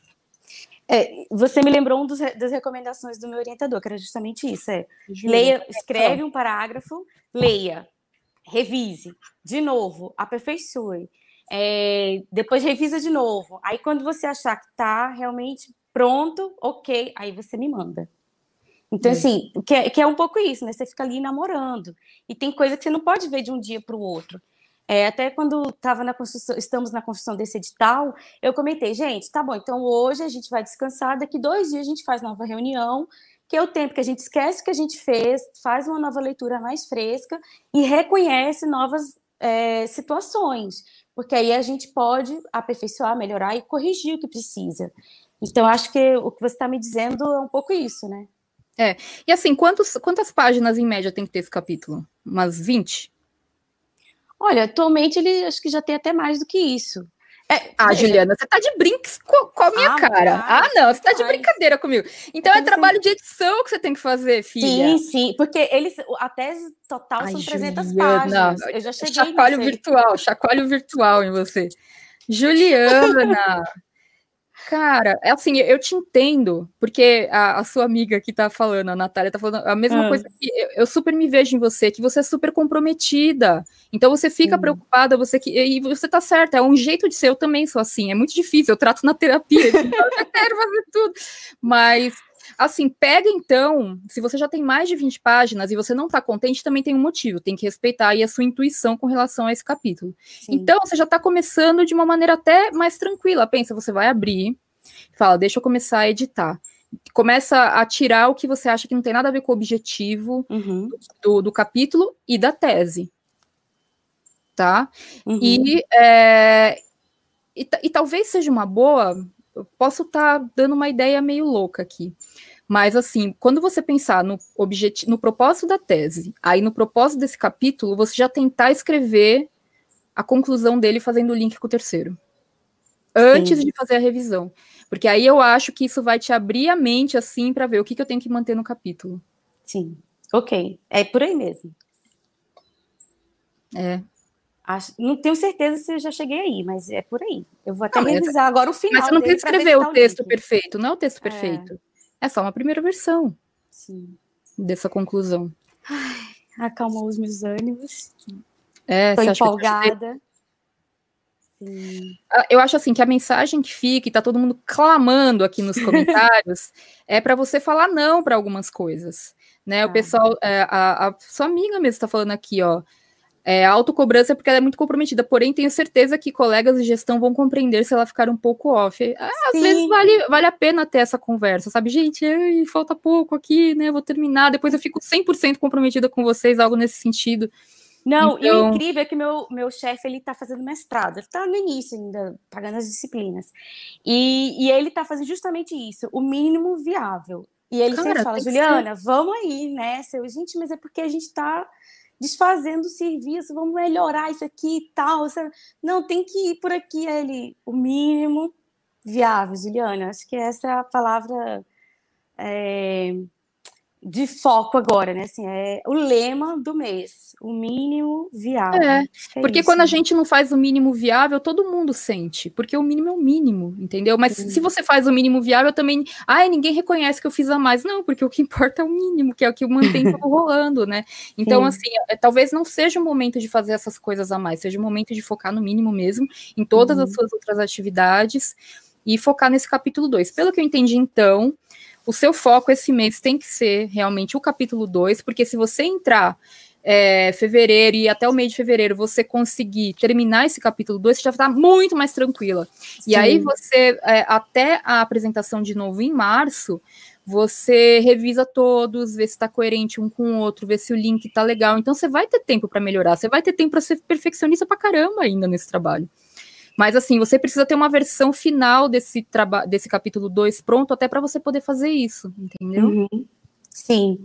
Você me lembrou das recomendações do meu orientador, que era justamente isso. Leia, escreve um parágrafo, leia, revise, de novo, aperfeiçoe. Depois revisa de novo. Aí, quando você achar que está realmente pronto, ok, aí você me manda. Então, assim, que é um pouco isso, né? Você fica ali namorando. E tem coisa que você não pode ver de um dia para o outro. Até quando estamos na construção desse edital, eu comentei, gente, tá bom, então hoje a gente vai descansar, daqui 2 dias a gente faz nova reunião, que é o tempo que a gente esquece o que a gente fez, faz uma nova leitura mais fresca e reconhece novas situações, porque aí a gente pode aperfeiçoar, melhorar e corrigir o que precisa. Então, acho que o que você está me dizendo é um pouco isso, né? E assim, quantas páginas em média tem que ter esse capítulo? Umas 20? Olha, atualmente ele acho que já tem até mais do que isso. Juliana, você tá de brinks com a minha cara. Não, você tá de brincadeira comigo. Então é trabalho de edição que você tem que fazer, filha. Sim, porque a tese total são 300 páginas. Eu já cheguei chacoalho virtual em você. Juliana, cara, assim, eu te entendo, porque a sua amiga que tá falando, a Natália, tá falando a mesma coisa que eu super me vejo em você, que você é super comprometida. Então você fica preocupada, e você tá certa, é um jeito de ser, eu também sou assim, é muito difícil, eu trato na terapia, eu quero fazer tudo. Mas, assim, pega então, se você já tem mais de 20 páginas e você não tá contente, também tem um motivo, tem que respeitar aí a sua intuição com relação a esse capítulo. Então, você já tá começando de uma maneira até mais tranquila. Pensa, você vai abrir, fala, deixa eu começar a editar. começa a tirar o que você acha que não tem nada a ver com o objetivo do capítulo e da tese, tá? E talvez seja uma boa, eu posso estar dando uma ideia meio louca aqui, mas assim, quando você pensar no propósito da tese, aí no propósito desse capítulo, você já tentar escrever a conclusão dele fazendo o link com o terceiro, antes de fazer a revisão. Porque aí eu acho que isso vai te abrir a mente, assim, para ver o que eu tenho que manter no capítulo. Sim, ok. É por aí mesmo. Não tenho certeza se eu já cheguei aí, mas é por aí. Eu vou até revisar agora o final. Mas você não precisa escrever o texto perfeito, não é o texto perfeito. É só uma primeira versão dessa conclusão. Ai, acalmou os meus ânimos. Tô empolgada. Eu acho assim que a mensagem que fica, e tá todo mundo clamando aqui nos comentários, é para você falar não para algumas coisas, né? O pessoal, a sua amiga mesmo está falando aqui, ó, a autocobrança é porque ela é muito comprometida, porém tenho certeza que colegas de gestão vão compreender se ela ficar um pouco off. Às vezes vale a pena ter essa conversa, sabe? Gente, falta pouco aqui, né? Vou terminar, depois eu fico 100% comprometida com vocês, algo nesse sentido. Não, então... E o incrível é que meu chefe, ele tá fazendo mestrado, ele tá no início ainda, pagando as disciplinas. E ele tá fazendo justamente isso, o mínimo viável. E ele sempre fala, Juliana, vamos aí, né? Gente, mas é porque a gente tá desfazendo o serviço, vamos melhorar isso aqui e tal. Não, tem que ir por aqui. Ele, o mínimo viável, Juliana. Acho que essa é a palavra... de foco agora, né? Assim, é o lema do mês, o mínimo viável. Porque isso, quando a gente não faz o mínimo viável, todo mundo sente, porque o mínimo é o mínimo, entendeu? Mas se você faz o mínimo viável, também, ninguém reconhece que eu fiz a mais. Não, porque o que importa é o mínimo, que é o que mantém tudo rolando, né? Então, assim, talvez não seja o momento de fazer essas coisas a mais, seja o momento de focar no mínimo mesmo, em todas as suas outras atividades, e focar nesse capítulo 2. Pelo que eu entendi, então, o seu foco esse mês tem que ser realmente o capítulo 2, porque se você entrar fevereiro e até o mês de fevereiro você conseguir terminar esse capítulo 2, você já está muito mais tranquila. E aí você, até a apresentação de novo em março, você revisa todos, vê se está coerente um com o outro, vê se o link está legal. Então você vai ter tempo para melhorar, você vai ter tempo para ser perfeccionista pra caramba ainda nesse trabalho. Mas, assim, você precisa ter uma versão final desse capítulo 2 pronto até para você poder fazer isso, entendeu? Sim.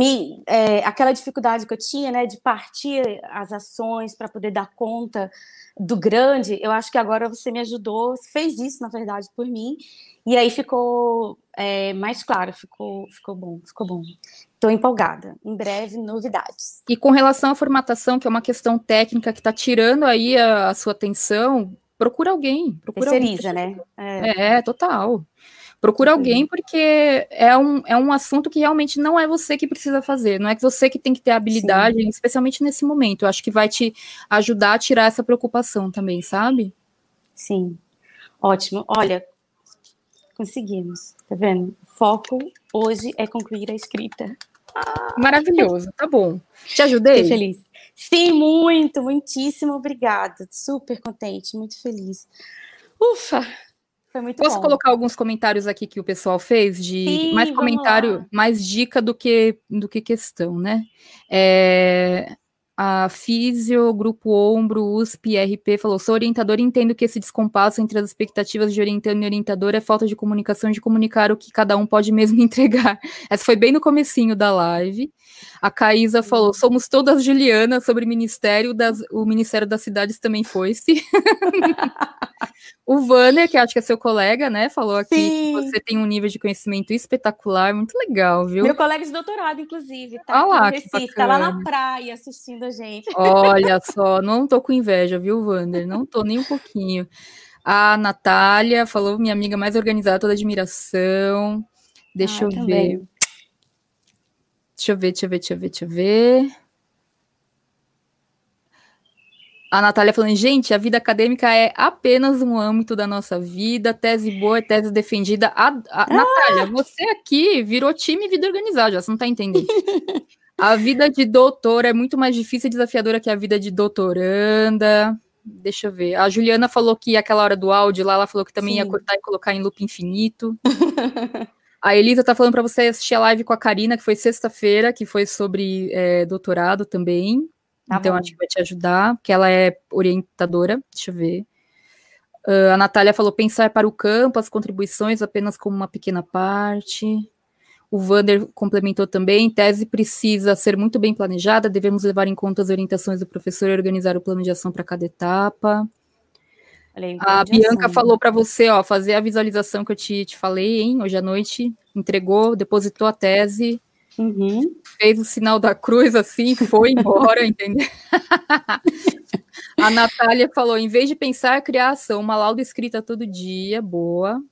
Aquela dificuldade que eu tinha, né, de partir as ações para poder dar conta do grande, eu acho que agora você me ajudou, fez isso, na verdade, por mim, e aí ficou mais claro, ficou bom. Estou empolgada. Em breve, novidades. E com relação à formatação, que é uma questão técnica que está tirando aí a sua atenção, procura alguém. Terceiriza, né? Total. Procura alguém, porque é um assunto que realmente não é você que precisa fazer, não é você que tem que ter habilidade, especialmente nesse momento. Eu acho que vai te ajudar a tirar essa preocupação também, sabe? Sim. Ótimo. Olha, conseguimos, tá vendo? O foco hoje é concluir a escrita. Maravilhoso, tá bom. Te ajudei? Fiquei feliz. Sim, muitíssimo obrigada. Super contente, muito feliz. Ufa, foi muito bom. Posso colocar alguns comentários aqui que o pessoal fez? Sim, mais comentário, mais dica do que questão, né? A Físio, Grupo Ombro, USP, RP falou, sou orientadora e entendo que esse descompasso entre as expectativas de orientando e orientador é falta de comunicação, de comunicar o que cada um pode mesmo entregar. Essa foi bem no comecinho da live. A Caísa falou, somos todas Julianas sobre ministério, o Ministério das Cidades também foi-se. O Vanner, que acho que é seu colega, né, falou aqui que você tem um nível de conhecimento espetacular, muito legal, viu? Meu colega de doutorado, inclusive, tá aqui no Recife, tá lá na praia assistindo a gente. Olha só, não tô com inveja, viu, Vanner? Não tô nem um pouquinho. A Natália falou, minha amiga mais organizada, toda admiração. Deixa eu ver. Deixa eu ver. A Natália falando, gente, a vida acadêmica é apenas um âmbito da nossa vida, tese boa é tese defendida. Natália, você aqui virou time Vida Organizada, já você não tá entendendo. A vida de doutor é muito mais difícil e desafiadora que a vida de doutoranda. Deixa eu ver. A Juliana falou que aquela hora do áudio lá, ela falou que também ia cortar e colocar em loop infinito. A Elisa tá falando para você assistir a live com a Karina, que foi sexta-feira, que foi sobre doutorado também. Tá Então, bom. acho que vai te ajudar, porque ela é orientadora. Deixa eu ver. A Natália falou pensar para o campo, as contribuições apenas como uma pequena parte. O Vander complementou também, tese precisa ser muito bem planejada, devemos levar em conta as orientações do professor e organizar o plano de ação para cada etapa. A Bianca falou para você, ó, fazer a visualização que eu te falei, hein, hoje à noite, entregou, depositou a tese, fez o sinal da cruz assim, foi embora, entendeu? A Natália falou, em vez de pensar, criar ação, uma lauda escrita todo dia, boa.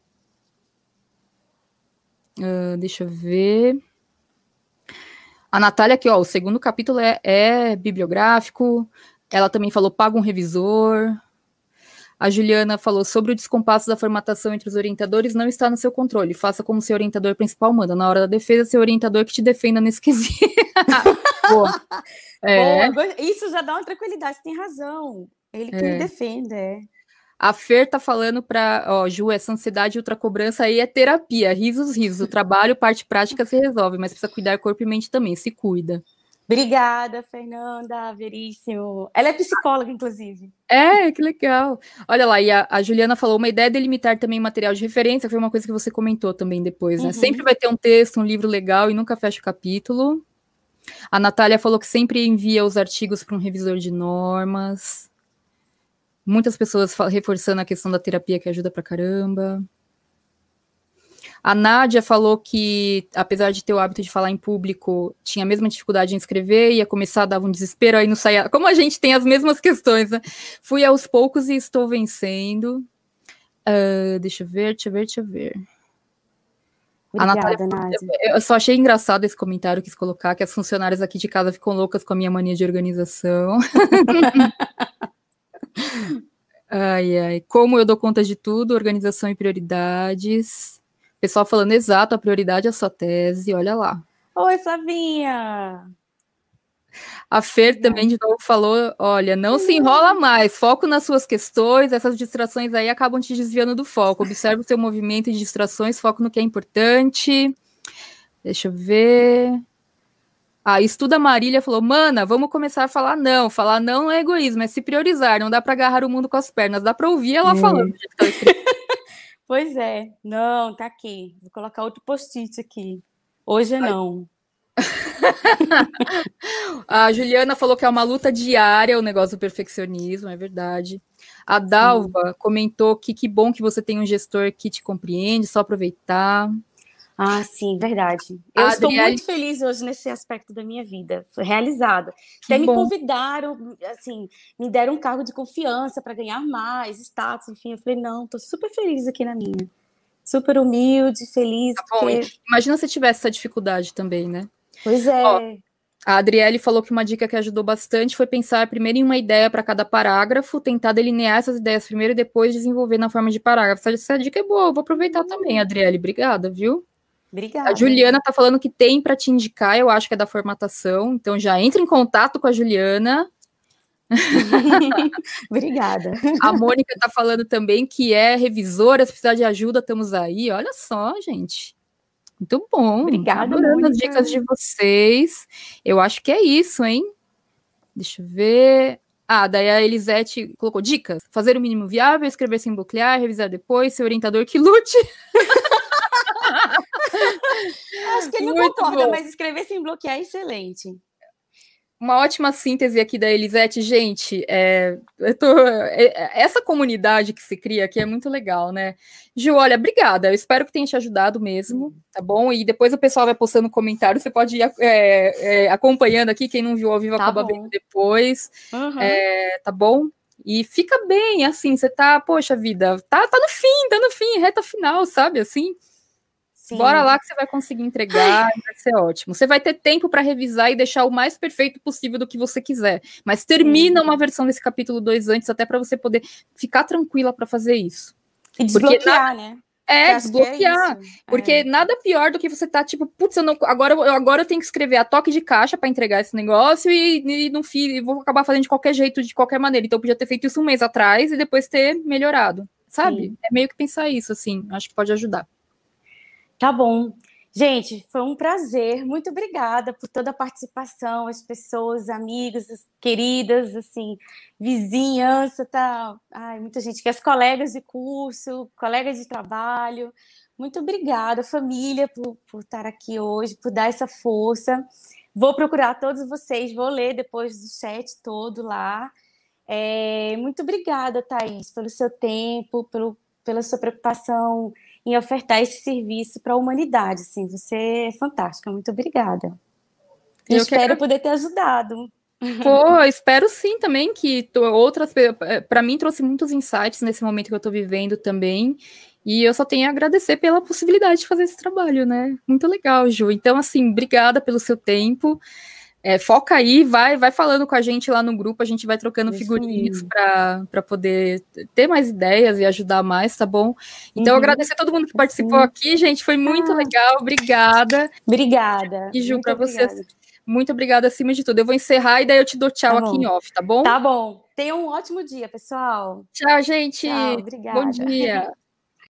Deixa eu ver. A Natália aqui, ó, o segundo capítulo é bibliográfico. Ela também falou, paga um revisor. A Juliana falou sobre o descompasso da formatação entre os orientadores não está no seu controle. Faça como seu orientador principal manda. Na hora da defesa, seu orientador que te defenda nesse quesito. Boa. Boa, isso já dá uma tranquilidade, você tem razão. Ele que me defenda, A Fer tá falando pra, Ju, essa ansiedade e ultracobrança aí é terapia, risos. O trabalho, parte prática se resolve, mas precisa cuidar corpo e mente também, se cuida. Obrigada, Fernanda, veríssimo. Ela é psicóloga, inclusive. Que legal. Olha lá, e a Juliana falou, uma ideia é delimitar também material de referência, foi uma coisa que você comentou também depois, né? Sempre vai ter um texto, um livro legal e nunca fecha o capítulo. A Natália falou que sempre envia os artigos para um revisor de normas. Muitas pessoas reforçando a questão da terapia que ajuda pra caramba. A Nádia falou que, apesar de ter o hábito de falar em público, tinha a mesma dificuldade em escrever, ia começar, dava um desespero, aí não saía. Como a gente tem as mesmas questões, né? Fui aos poucos e estou vencendo. Deixa eu ver. Obrigada, Nádia. Eu só achei engraçado esse comentário que quis colocar, que as funcionárias aqui de casa ficam loucas com a minha mania de organização. Como eu dou conta de tudo, organização e prioridades. Pessoal falando exato, a prioridade é a sua tese, olha lá. Oi, Flavinha! A Fer também de novo falou, olha, não se enrola mais, foco nas suas questões, essas distrações aí acabam te desviando do foco, observa o seu movimento de distrações, foco no que é importante. Deixa eu ver... Estuda Marília falou, mana, vamos começar a falar não é egoísmo, é se priorizar, não dá para agarrar o mundo com as pernas, dá para ouvir ela falando. Pois é, não, tá aqui, vou colocar outro post-it aqui, hoje não. A Juliana falou que é uma luta diária o negócio do perfeccionismo, é verdade. A Dalva comentou que bom que você tem um gestor que te compreende, só aproveitar. Sim, verdade. Eu estou muito feliz hoje nesse aspecto da minha vida, foi realizada. Até me convidaram, assim, me deram um cargo de confiança para ganhar mais, status, enfim. Eu falei, não, estou super feliz aqui na minha. Super humilde, feliz. Porque... Imagina se tivesse essa dificuldade também, né? Pois é. A Adriele falou que uma dica que ajudou bastante foi pensar primeiro em uma ideia para cada parágrafo, tentar delinear essas ideias primeiro e depois desenvolver na forma de parágrafo. Essa dica é boa, eu vou aproveitar também, Adriele. Obrigada, viu? Obrigada. A Juliana tá falando que tem para te indicar, eu acho que é da formatação, então já entra em contato com a Juliana. Obrigada. A Mônica tá falando também que é revisora, se precisar de ajuda, estamos aí. Olha só, gente. Muito bom. Obrigada, adorando Mônica. as dicas de vocês. Eu acho que é isso, hein? Deixa eu ver. Daí a Elisete colocou dicas. Fazer o mínimo viável, escrever sem bloquear, revisar depois, ser orientador que lute. Acho que ele não concorda, mas escrever sem bloquear é excelente. Uma ótima síntese aqui da Elisete, gente, essa comunidade que se cria aqui é muito legal, né? Ju, olha, obrigada, eu espero que tenha te ajudado mesmo, tá bom? E depois o pessoal vai postando comentário, você pode ir acompanhando aqui, quem não viu ao vivo acaba vendo depois, tá bom? E fica bem, assim, você tá, poxa vida, tá no fim, reta final, sabe, assim? Sim. Bora lá que você vai conseguir entregar, vai ser ótimo. Você vai ter tempo para revisar e deixar o mais perfeito possível do que você quiser. Mas termina uma versão desse capítulo 2 antes, até para você poder ficar tranquila para fazer isso. E desbloquear, né? Desbloquear. Porque nada pior do que você tá tipo, putz, agora eu tenho que escrever a toque de caixa para entregar esse negócio e não fiz, vou acabar fazendo de qualquer jeito, de qualquer maneira. Então eu podia ter feito isso um mês atrás e depois ter melhorado, sabe? Sim. É meio que pensar isso, assim. Acho que pode ajudar. Tá bom. Gente, foi um prazer. Muito obrigada por toda a participação, as pessoas, amigos, as queridas, assim, vizinhança, tá? Ai, muita gente que as colegas de curso, colegas de trabalho. Muito obrigada, família, por estar aqui hoje, por dar essa força. Vou procurar todos vocês, vou ler depois do chat todo lá. Muito obrigada, Thaís, pelo seu tempo, pela sua preocupação em ofertar esse serviço para a humanidade. Assim, você é fantástica, muito obrigada. E Eu que espero poder ter ajudado. Pô, espero sim também que outras, para mim trouxe muitos insights nesse momento que eu tô vivendo também, e eu só tenho a agradecer pela possibilidade de fazer esse trabalho, né? Muito legal, Ju. Então, assim, obrigada pelo seu tempo. Foca aí, vai falando com a gente lá no grupo, a gente vai trocando Isso figurinhas aí. para poder ter mais ideias e ajudar mais, tá bom? Então, Uhum. agradecer a todo mundo que participou Sim. aqui, gente, foi muito Ah, legal, obrigada. obrigada, E, Ju, muito para você, obrigada. muito obrigada acima de tudo. Eu vou encerrar e daí eu te dou tchau Tá aqui em bom. off, tá bom? Tá bom. Tenha um ótimo dia, pessoal. Tchau, Tchau, gente. Bom obrigada. dia.